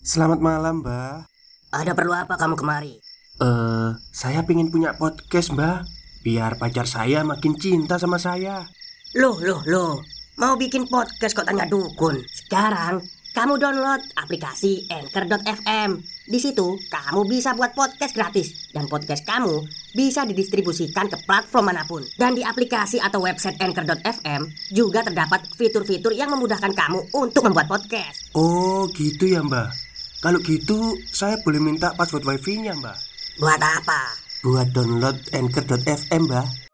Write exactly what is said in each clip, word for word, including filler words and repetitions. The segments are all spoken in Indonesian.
Selamat malam, Mbak. Ada perlu apa kamu kemari? Eh, saya pengen punya podcast, Mbak. Biar pacar saya makin cinta sama saya. Loh, loh, loh. Mau bikin podcast kok tanya dukun? Sekarang kamu download aplikasi Anchor dot f m. Di situ kamu bisa buat podcast gratis dan podcast kamu bisa didistribusikan ke platform manapun. Dan di aplikasi atau website Anchor dot f m juga terdapat fitur-fitur yang memudahkan kamu untuk membuat podcast. Oh, gitu ya, Mbak. Kalau gitu, saya boleh minta password wifi-nya, Mbak. Buat apa? Buat download Anchor dot f m, Mbak.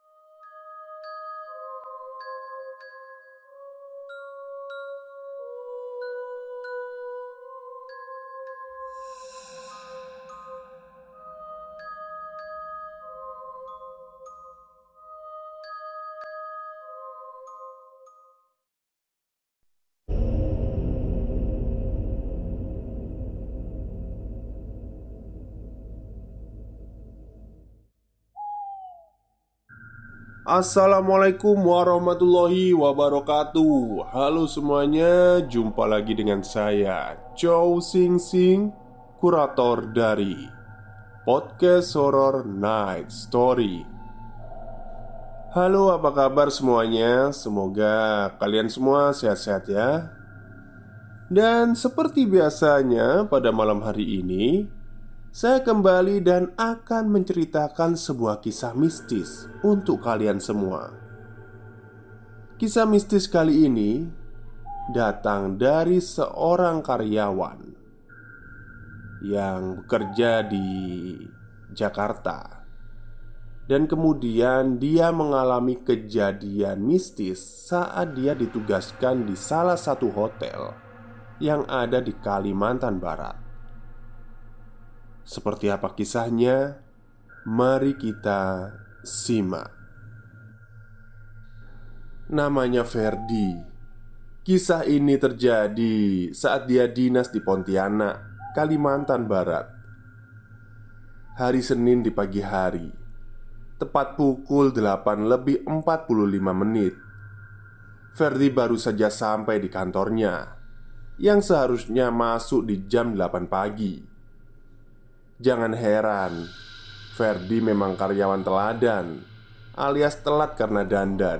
Assalamualaikum warahmatullahi wabarakatuh. Halo semuanya, jumpa lagi dengan saya Chow Sing Sing, kurator dari Podcast Horror Night Story. Halo, apa kabar semuanya? Semoga kalian semua sehat-sehat ya. Dan seperti biasanya pada malam hari ini, saya kembali dan akan menceritakan sebuah kisah mistis untuk kalian semua. Kisah mistis kali ini datang dari seorang karyawan yang bekerja di Jakarta. Dan kemudian dia mengalami kejadian mistis saat dia ditugaskan di salah satu hotel yang ada di Kalimantan Barat. Seperti apa kisahnya? Mari kita simak. Namanya Ferdi. Kisah ini terjadi saat dia dinas di Pontianak, Kalimantan Barat. Hari Senin di pagi hari, tepat pukul delapan lebih empat puluh lima menit. Ferdi baru saja sampai di kantornya yang seharusnya masuk di jam delapan pagi. Jangan heran, Ferdi memang karyawan teladan, alias telat karena dandan.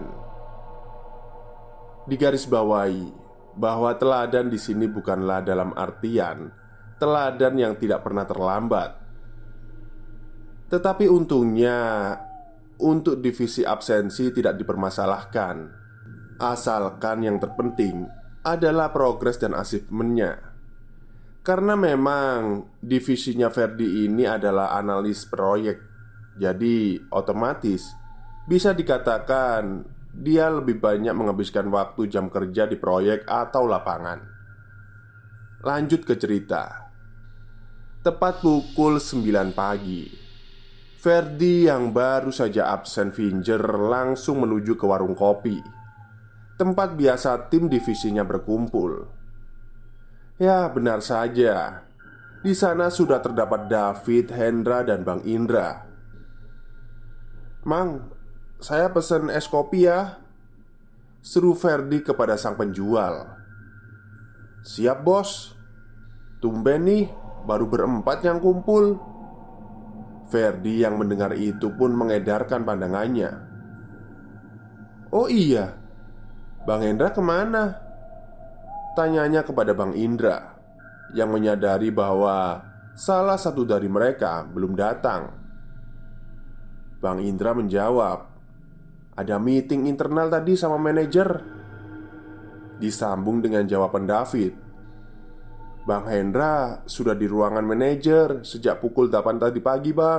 Digarisbawahi bahwa teladan di sini bukanlah dalam artian teladan yang tidak pernah terlambat. Tetapi untungnya, untuk divisi absensi tidak dipermasalahkan, asalkan yang terpenting adalah progres dan achievementnya. Karena memang divisinya Ferdi ini adalah analis proyek, jadi otomatis bisa dikatakan dia lebih banyak menghabiskan waktu jam kerja di proyek atau lapangan. Lanjut ke cerita. Tepat pukul sembilan pagi, Ferdi yang baru saja absen Finger langsung menuju ke warung kopi, tempat biasa tim divisinya berkumpul. Ya, benar saja. Di sana sudah terdapat David, Hendra, dan Bang Indra. "Mang, saya pesen es kopi ya," seru Ferdi kepada sang penjual. "Siap bos. Tumben nih, baru berempat yang kumpul." Ferdi yang mendengar itu pun mengedarkan pandangannya. "Oh iya, Bang Hendra kemana?" tanyanya kepada Bang Indra, yang menyadari bahwa salah satu dari mereka belum datang. Bang Indra menjawab, "Ada meeting internal tadi sama manajer." Disambung dengan jawaban David, "Bang Hendra sudah di ruangan manajer sejak pukul delapan tadi pagi, Bang."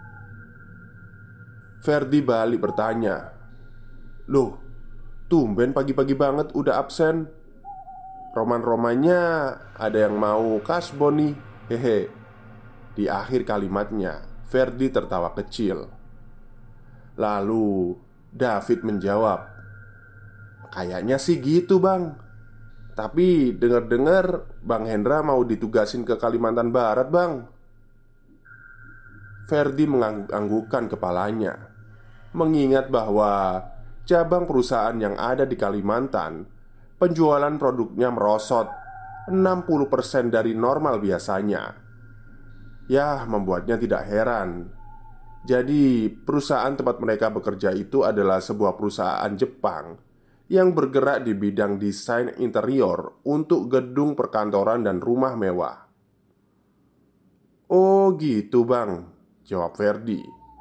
Ferdi balik bertanya, "Loh, tumben pagi-pagi banget udah absen. Roman-romannya ada yang mau kasbon nih, hehe." Di akhir kalimatnya, Ferdi tertawa kecil. Lalu David menjawab, "Kayaknya sih gitu, Bang. Tapi dengar-dengar Bang Hendra mau ditugasin ke Kalimantan Barat, Bang." Ferdi mengangguk-anggukkan kepalanya, mengingat bahwa cabang perusahaan yang ada di Kalimantan, penjualan produknya merosot enam puluh persen dari normal biasanya. Ya, membuatnya tidak heran. Jadi, perusahaan tempat mereka bekerja itu adalah sebuah perusahaan Jepang yang bergerak di bidang desain interior untuk gedung perkantoran dan rumah mewah. "Oh gitu bang," jawab Ferdi.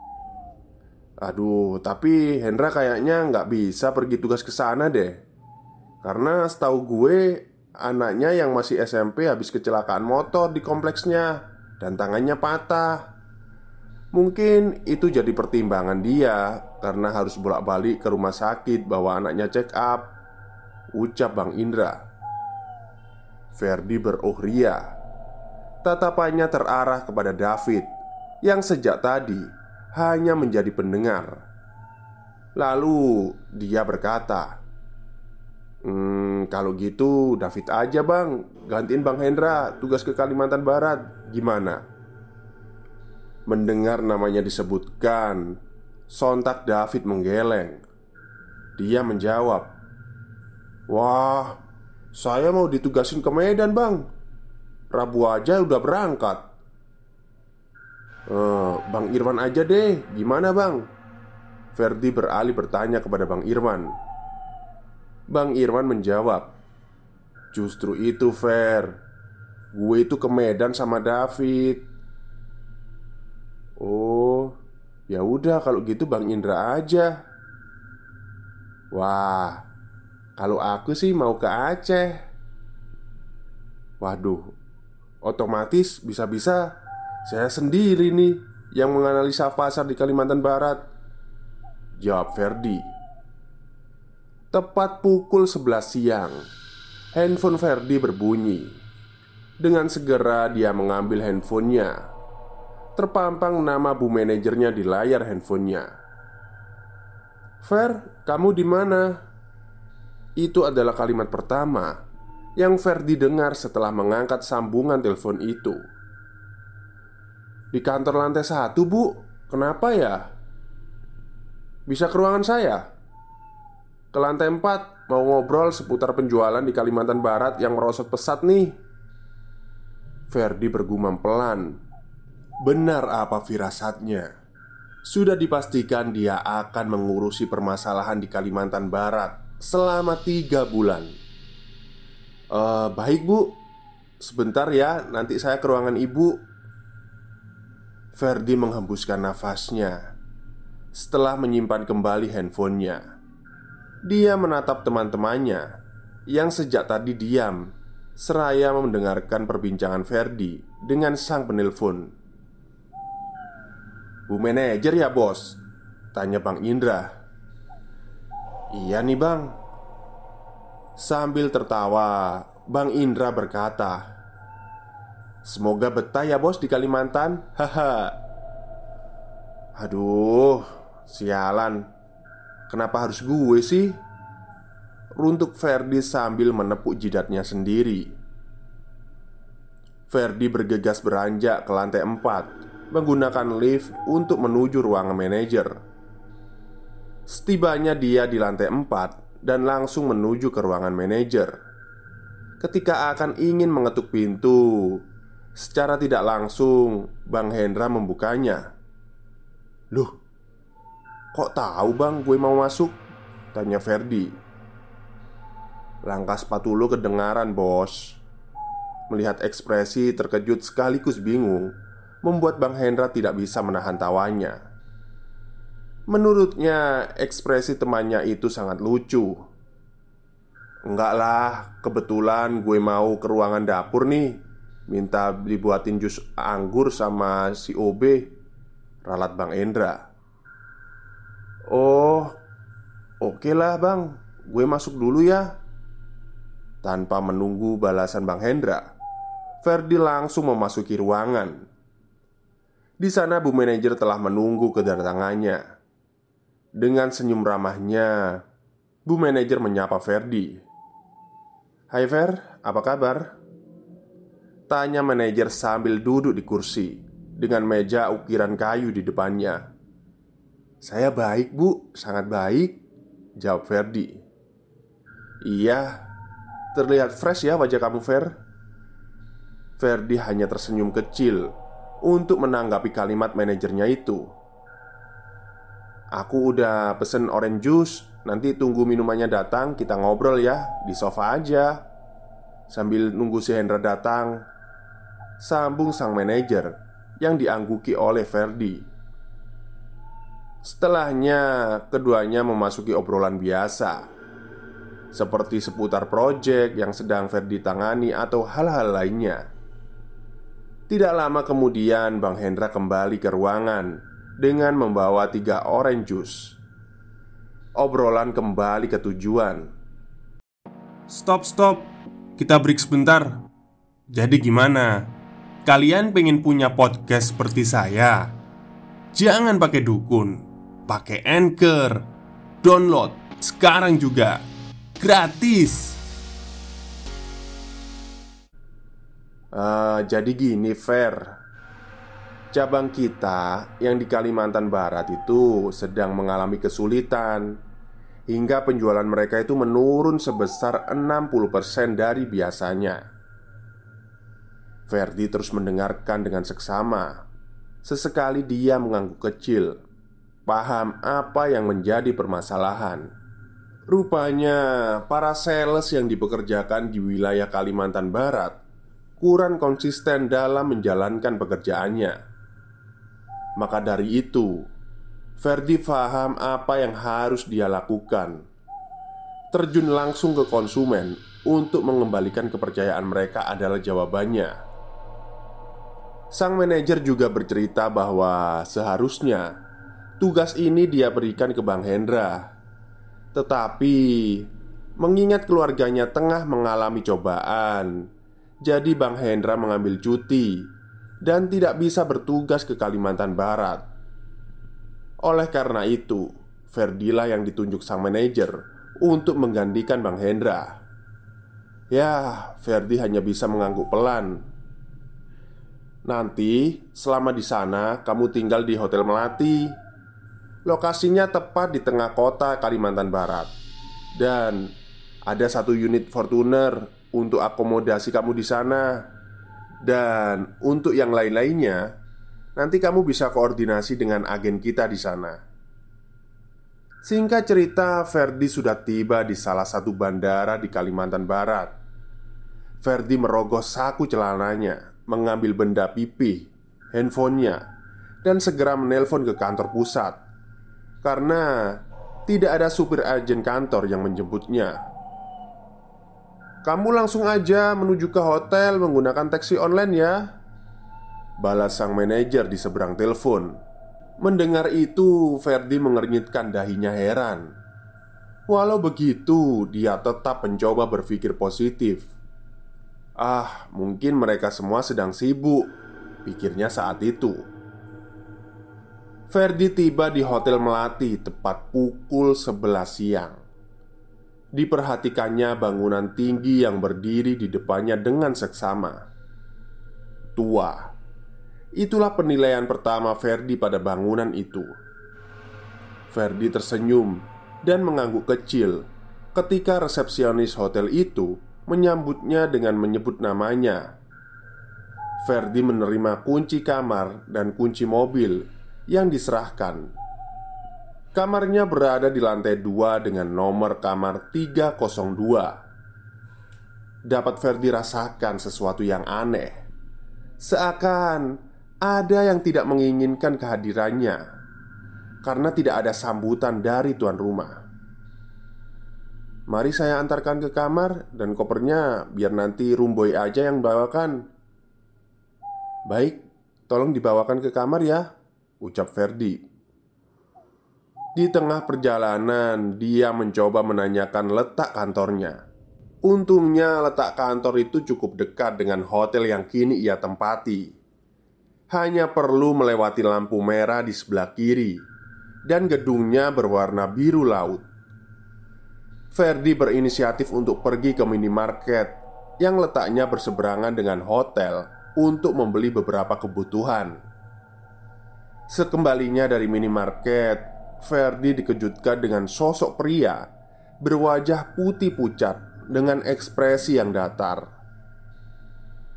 "Aduh, tapi Hendra kayaknya nggak bisa pergi tugas ke sana deh. Karena setahu gue, anaknya yang masih S M P habis kecelakaan motor di kompleksnya dan tangannya patah. Mungkin itu jadi pertimbangan dia karena harus bolak-balik ke rumah sakit bawa anaknya check up," ucap Bang Indra. Ferdi beruhria. Tatapannya terarah kepada David yang sejak tadi hanya menjadi pendengar. Lalu dia berkata, Hmm, kalau gitu David aja bang, gantiin Bang Hendra tugas ke Kalimantan Barat, gimana?" Mendengar namanya disebutkan, sontak David menggeleng. Dia menjawab, "Wah, saya mau ditugasin ke Medan bang. Rabu aja udah berangkat." Eh, Bang Irwan aja deh, gimana bang?" Ferdi beralih bertanya kepada Bang Irwan. Bang Irwan menjawab, "Justru itu Fer, gue itu ke Medan sama David." "Oh, ya udah kalau gitu Bang Indra aja." "Wah, kalau aku sih mau ke Aceh." "Waduh, otomatis bisa-bisa saya sendiri nih yang menganalisa pasar di Kalimantan Barat," jawab Ferdi. Tepat pukul sebelas siang, handphone Ferdi berbunyi. Dengan segera dia mengambil handphonenya. Terpampang nama bu manajernya di layar handphonenya. "Fer, kamu di mana?" Itu adalah kalimat pertama yang Ferdi dengar setelah mengangkat sambungan telepon itu. "Di kantor lantai satu bu, kenapa ya?" "Bisa ke ruangan saya?" "Ke lantai empat, mau ngobrol seputar penjualan di Kalimantan Barat yang merosot pesat nih." Ferdi bergumam pelan. Benar apa firasatnya. Sudah dipastikan dia akan mengurusi permasalahan di Kalimantan Barat selama tiga bulan. E, Baik bu, sebentar ya, nanti saya ke ruangan ibu." Ferdi menghembuskan nafasnya. Setelah menyimpan kembali handphonenya, dia menatap teman-temannya yang sejak tadi diam, seraya mendengarkan perbincangan Ferdi dengan sang penelpon. "Bu manajer ya bos?" tanya Bang Indra. "Iya nih bang." Sambil tertawa, Bang Indra berkata, "Semoga betah ya bos di Kalimantan." Haha. "Aduh, sialan. Kenapa harus gue sih?" runtuk Ferdi sambil menepuk jidatnya sendiri. Ferdi bergegas beranjak ke lantai empat, menggunakan lift untuk menuju ruangan manajer. Setibanya dia di lantai empat dan langsung menuju ke ruangan manajer. Ketika akan ingin mengetuk pintu, secara tidak langsung Bang Hendra membukanya. "Loh, kok tahu bang gue mau masuk?" tanya Ferdi. "Langkah sepatu lo kedengaran bos." Melihat ekspresi terkejut sekaligus bingung membuat Bang Hendra tidak bisa menahan tawanya. Menurutnya ekspresi temannya itu sangat lucu. "Enggak lah, kebetulan gue mau ke ruangan dapur nih, minta dibuatin jus anggur sama si O B," ralat Bang Hendra. "Oh, oke lah bang, gue masuk dulu ya." Tanpa menunggu balasan Bang Hendra, Ferdi langsung memasuki ruangan. Di sana bu manajer telah menunggu kedatangannya. Dengan senyum ramahnya, bu manajer menyapa Ferdi. "Hai Fer, apa kabar?" tanya manajer sambil duduk di kursi dengan meja ukiran kayu di depannya. "Saya baik bu, sangat baik," jawab Ferdi. "Iya, terlihat fresh ya wajah kamu Fer," Ferdi hanya tersenyum kecil untuk menanggapi kalimat manajernya itu. "Aku udah pesen orange juice. Nanti tunggu minumannya datang, kita ngobrol ya di sofa aja sambil nunggu si Hendra datang," sambung sang manajer yang diangguki oleh Ferdi. Setelahnya, keduanya memasuki obrolan biasa, seperti seputar proyek yang sedang Ferdi tangani atau hal-hal lainnya. Tidak lama kemudian, Bang Hendra kembali ke ruangan dengan membawa tiga orange juice. Obrolan kembali ke tujuan. Stop, stop. Kita break sebentar. Jadi gimana? Kalian pengen punya podcast seperti saya? Jangan pakai dukun, pakai Anchor. Download sekarang juga. Gratis. Uh, jadi gini, Fer. Cabang kita yang di Kalimantan Barat itu sedang mengalami kesulitan, hingga penjualan mereka itu menurun sebesar enam puluh persen dari biasanya. Ferdi terus mendengarkan dengan seksama. Sesekali dia mengangguk kecil, paham apa yang menjadi permasalahan. Rupanya para sales yang dipekerjakan di wilayah Kalimantan Barat kurang konsisten dalam menjalankan pekerjaannya. Maka dari itu, Ferdi paham apa yang harus dia lakukan. Terjun langsung ke konsumen untuk mengembalikan kepercayaan mereka adalah jawabannya. Sang manajer juga bercerita bahwa seharusnya tugas ini dia berikan ke Bang Hendra. Tetapi mengingat keluarganya tengah mengalami cobaan, jadi Bang Hendra mengambil cuti dan tidak bisa bertugas ke Kalimantan Barat. Oleh karena itu, Ferdilah yang ditunjuk sang manajer untuk menggantikan Bang Hendra. Ya, Ferdi hanya bisa mengangguk pelan. "Nanti selama di sana kamu tinggal di Hotel Melati. Lokasinya tepat di tengah kota Kalimantan Barat. Dan ada satu unit Fortuner untuk akomodasi kamu di sana. Dan untuk yang lain-lainnya, nanti kamu bisa koordinasi dengan agen kita di sana." Singkat cerita, Ferdi sudah tiba di salah satu bandara di Kalimantan Barat. Ferdi merogoh saku celananya, mengambil benda pipih, handphonenya, dan segera menelpon ke kantor pusat. Karena tidak ada supir agen kantor yang menjemputnya. "Kamu langsung aja menuju ke hotel menggunakan taksi online ya," balas sang manajer di seberang telepon. Mendengar itu, Ferdi mengernyitkan dahinya heran. Walau begitu, dia tetap mencoba berpikir positif. "Ah, mungkin mereka semua sedang sibuk," pikirnya saat itu. Ferdi tiba di Hotel Melati tepat pukul sebelas siang. Diperhatikannya bangunan tinggi yang berdiri di depannya dengan seksama. Tua. Itulah penilaian pertama Ferdi pada bangunan itu. Ferdi tersenyum dan mengangguk kecil ketika resepsionis hotel itu menyambutnya dengan menyebut namanya. Ferdi menerima kunci kamar dan kunci mobil yang diserahkan. Kamarnya berada di lantai dua dengan nomor kamar tiga nol dua. Dapat Ferdi rasakan sesuatu yang aneh. Seakan ada yang tidak menginginkan kehadirannya karena tidak ada sambutan dari tuan rumah. "Mari saya antarkan ke kamar dan kopernya biar nanti Rumboy aja yang bawakan." "Baik, tolong dibawakan ke kamar ya," ucap Ferdi. Di tengah perjalanan, dia mencoba menanyakan letak kantornya. Untungnya letak kantor itu cukup dekat dengan hotel yang kini ia tempati. Hanya perlu melewati lampu merah di sebelah kiri, dan gedungnya berwarna biru laut. Ferdi berinisiatif untuk pergi ke minimarket yang letaknya berseberangan dengan hotel untuk membeli beberapa kebutuhan. Sekembalinya dari minimarket, Ferdi dikejutkan dengan sosok pria berwajah putih pucat dengan ekspresi yang datar.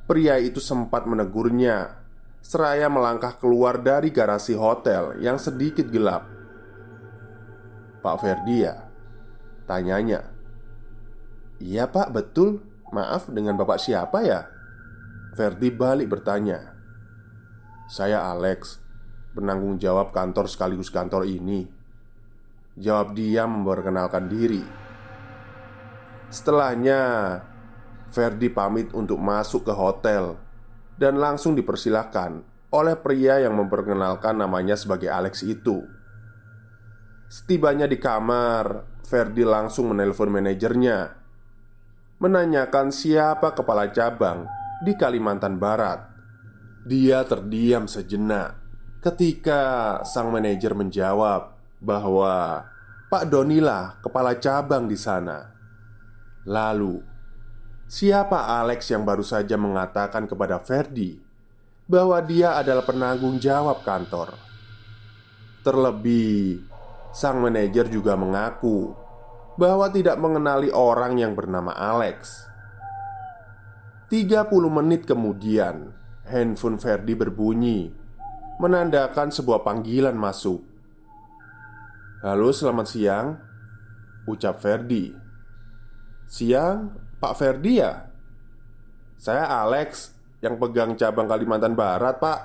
pria itu sempat menegurnya seraya melangkah keluar dari garasi hotel yang sedikit gelap. "Pak Ferdi ya?" tanyanya. "Iya pak, betul. Maaf, dengan bapak siapa ya?" Ferdi balik bertanya. "Saya Alex, penanggung jawab kantor sekaligus kantor ini," jawab dia memperkenalkan diri. Setelahnya Ferdi pamit untuk masuk ke hotel dan langsung dipersilahkan oleh pria yang memperkenalkan namanya sebagai Alex itu. Setibanya di kamar, Ferdi langsung menelpon manajernya, menanyakan siapa kepala cabang di Kalimantan Barat. Dia terdiam sejenak ketika sang manajer menjawab bahwa Pak Doni lah kepala cabang di sana. Lalu, siapa Alex yang baru saja mengatakan kepada Ferdi bahwa dia adalah penanggung jawab kantor? Terlebih, sang manajer juga mengaku bahwa tidak mengenali orang yang bernama Alex. tiga puluh menit kemudian, handphone Ferdi berbunyi, menandakan sebuah panggilan masuk. "Halo, selamat siang," ucap Ferdi. "Siang, Pak Ferdi ya? Saya Alex yang pegang cabang Kalimantan Barat, Pak."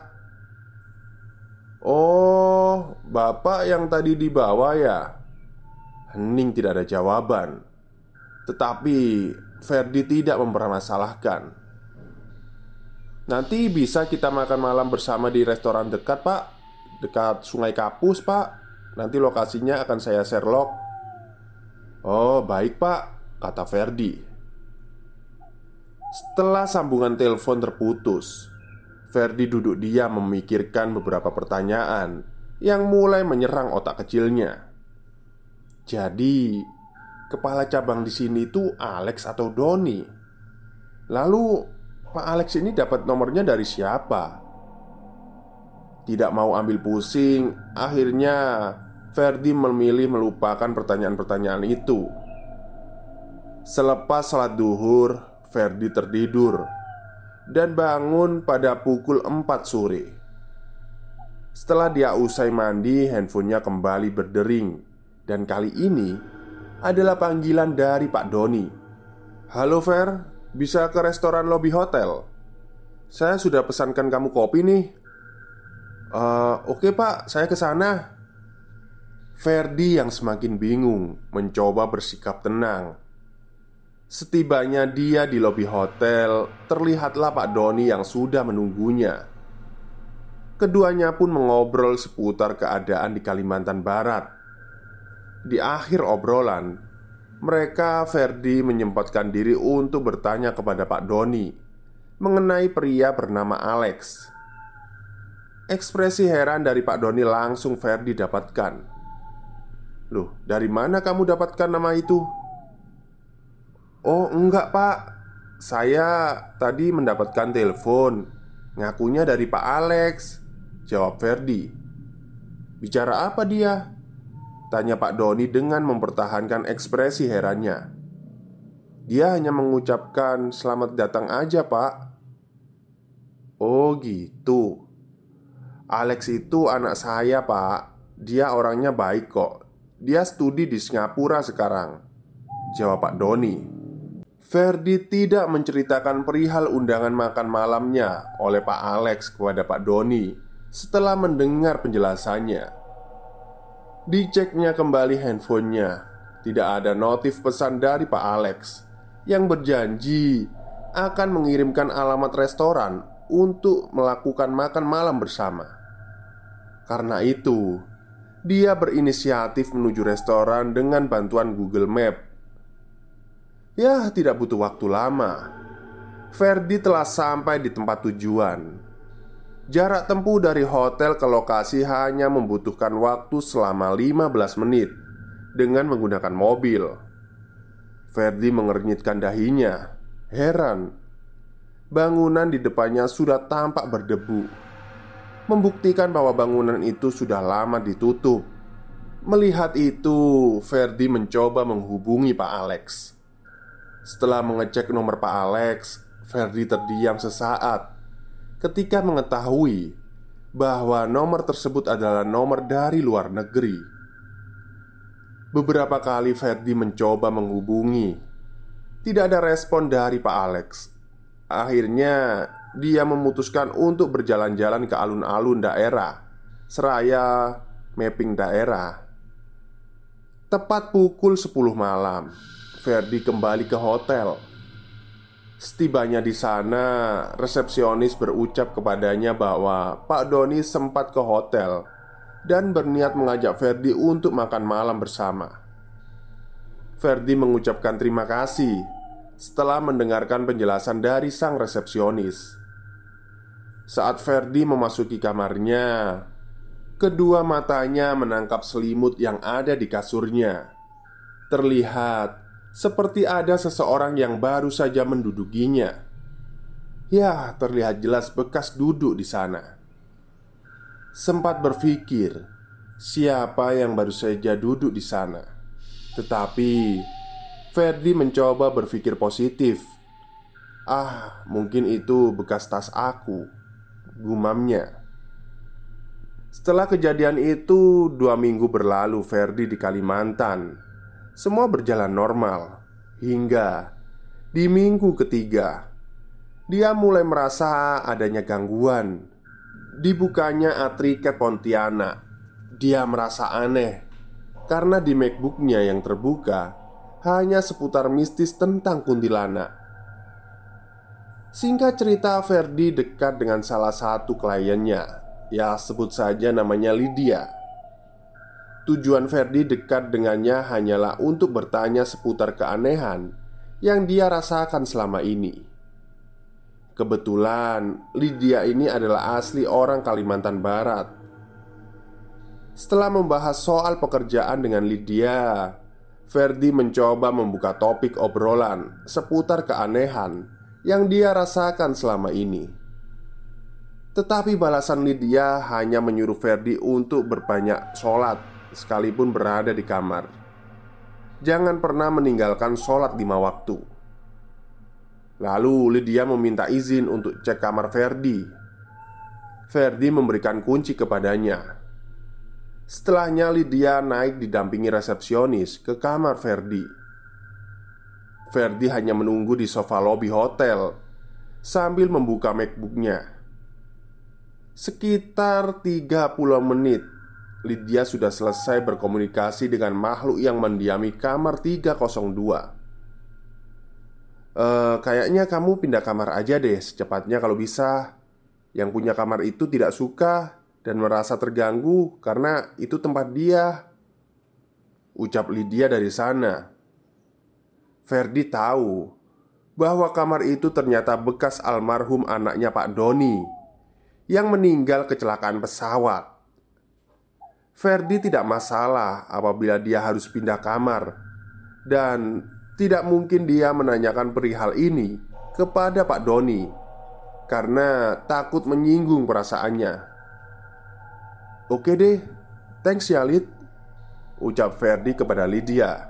"Oh, Bapak yang tadi dibawa ya?" Hening tidak ada jawaban. Tetapi Ferdi tidak mempermasalahkan. "Nanti bisa kita makan malam bersama di restoran dekat, Pak. Dekat Sungai Kapus, Pak. Nanti lokasinya akan saya share log." "Oh, baik, Pak," kata Ferdi. Setelah sambungan telepon terputus, Ferdi duduk diam memikirkan beberapa pertanyaan yang mulai menyerang otak kecilnya. Jadi, kepala cabang di sini itu Alex atau Doni? Lalu, Pak Alex ini dapat nomornya dari siapa? Tidak mau ambil pusing, akhirnya Ferdi memilih melupakan pertanyaan-pertanyaan itu. Selepas salat duhur, Ferdi tertidur dan bangun pada pukul empat sore. Setelah dia usai mandi, handphonenya kembali berdering. Dan kali ini adalah panggilan dari Pak Doni. "Halo Fer, bisa ke restoran lobi hotel? Saya sudah pesankan kamu kopi nih." Uh, Oke pak, saya ke sana." Ferdi yang semakin bingung mencoba bersikap tenang. Setibanya dia di lobi hotel, terlihatlah Pak Doni yang sudah menunggunya. Keduanya pun mengobrol seputar keadaan di Kalimantan Barat. Di akhir obrolan, mereka Ferdi menyempatkan diri untuk bertanya kepada Pak Doni mengenai pria bernama Alex. Ekspresi heran dari Pak Doni langsung Ferdi dapatkan. "Loh, dari mana kamu dapatkan nama itu?" "Oh enggak pak, saya tadi mendapatkan telepon, ngakunya dari Pak Alex," jawab Ferdi. "Bicara apa dia?" tanya Pak Doni dengan mempertahankan ekspresi herannya. "Dia hanya mengucapkan selamat datang aja pak." "Oh gitu. Alex itu anak saya pak. Dia orangnya baik kok. Dia studi di Singapura sekarang," jawab Pak Doni. Ferdi tidak menceritakan perihal undangan makan malamnya oleh Pak Alex kepada Pak Doni setelah mendengar penjelasannya. Diceknya kembali handphonenya. Tidak ada notif pesan dari Pak Alex yang berjanji akan mengirimkan alamat restoran untuk melakukan makan malam bersama. Karena itu, dia berinisiatif menuju restoran dengan bantuan Google Map. Ya, tidak butuh waktu lama. Ferdi telah sampai di tempat tujuan. Jarak tempuh dari hotel ke lokasi hanya membutuhkan waktu selama lima belas menit dengan menggunakan mobil. Ferdi mengernyitkan dahinya, heran. Bangunan di depannya sudah tampak berdebu, membuktikan bahwa bangunan itu sudah lama ditutup. Melihat itu, Ferdi mencoba menghubungi Pak Alex. Setelah mengecek nomor Pak Alex, Ferdi terdiam sesaat ketika mengetahui bahwa nomor tersebut adalah nomor dari luar negeri. Beberapa kali Ferdi mencoba menghubungi, tidak ada respon dari Pak Alex. Akhirnya dia memutuskan untuk berjalan-jalan ke alun-alun daerah seraya mapping daerah. Tepat pukul sepuluh malam, Ferdi kembali ke hotel. Setibanya di sana, resepsionis berucap kepadanya bahwa Pak Doni sempat ke hotel dan berniat mengajak Ferdi untuk makan malam bersama. Ferdi mengucapkan terima kasih setelah mendengarkan penjelasan dari sang resepsionis. Saat Ferdi memasuki kamarnya, kedua matanya menangkap selimut yang ada di kasurnya. Terlihat seperti ada seseorang yang baru saja mendudukinya. Ya, terlihat jelas bekas duduk di sana. Sempat berpikir, siapa yang baru saja duduk di sana? Tetapi Ferdi mencoba berpikir positif. Ah, mungkin itu bekas tas aku, gumamnya. Setelah kejadian itu, dua minggu berlalu Ferdi di Kalimantan. Semua berjalan normal hingga di minggu ketiga dia mulai merasa adanya gangguan. Dibukanya Atriket Pontianak. Dia merasa aneh karena di MacBook-nya yang terbuka hanya seputar mistis tentang kuntilanak. Singkat cerita, Ferdi dekat dengan salah satu kliennya. Ya, sebut saja namanya Lydia. Tujuan Ferdi dekat dengannya hanyalah untuk bertanya seputar keanehan yang dia rasakan selama ini. Kebetulan Lydia ini adalah asli orang Kalimantan Barat. Setelah membahas soal pekerjaan dengan Lydia, Ferdi mencoba membuka topik obrolan seputar keanehan yang dia rasakan selama ini. Tetapi balasan Lydia hanya menyuruh Ferdi untuk berbanyak sholat sekalipun berada di kamar. Jangan pernah meninggalkan sholat lima waktu. Lalu Lydia meminta izin untuk cek kamar Ferdi. Ferdi memberikan kunci kepadanya. Setelahnya Lydia naik didampingi resepsionis ke kamar Ferdi. Ferdi hanya menunggu di sofa lobi hotel sambil membuka MacBook-nya. Sekitar tiga puluh menit Lydia sudah selesai berkomunikasi dengan makhluk yang mendiami kamar tiga nol dua. e, Kayaknya kamu pindah kamar aja deh secepatnya kalau bisa. Yang punya kamar itu tidak suka dan merasa terganggu karena itu tempat dia, ucap Lydia dari sana. Ferdi tahu bahwa kamar itu ternyata bekas almarhum anaknya Pak Doni yang meninggal kecelakaan pesawat. Ferdi tidak masalah apabila dia harus pindah kamar, dan tidak mungkin dia menanyakan perihal ini kepada Pak Doni karena takut menyinggung perasaannya. Oke deh, thanks ya Lid, ucap Ferdi kepada Lydia.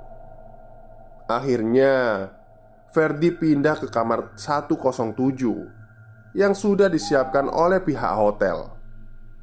Akhirnya Ferdi pindah ke kamar seratus tujuh yang sudah disiapkan oleh pihak hotel.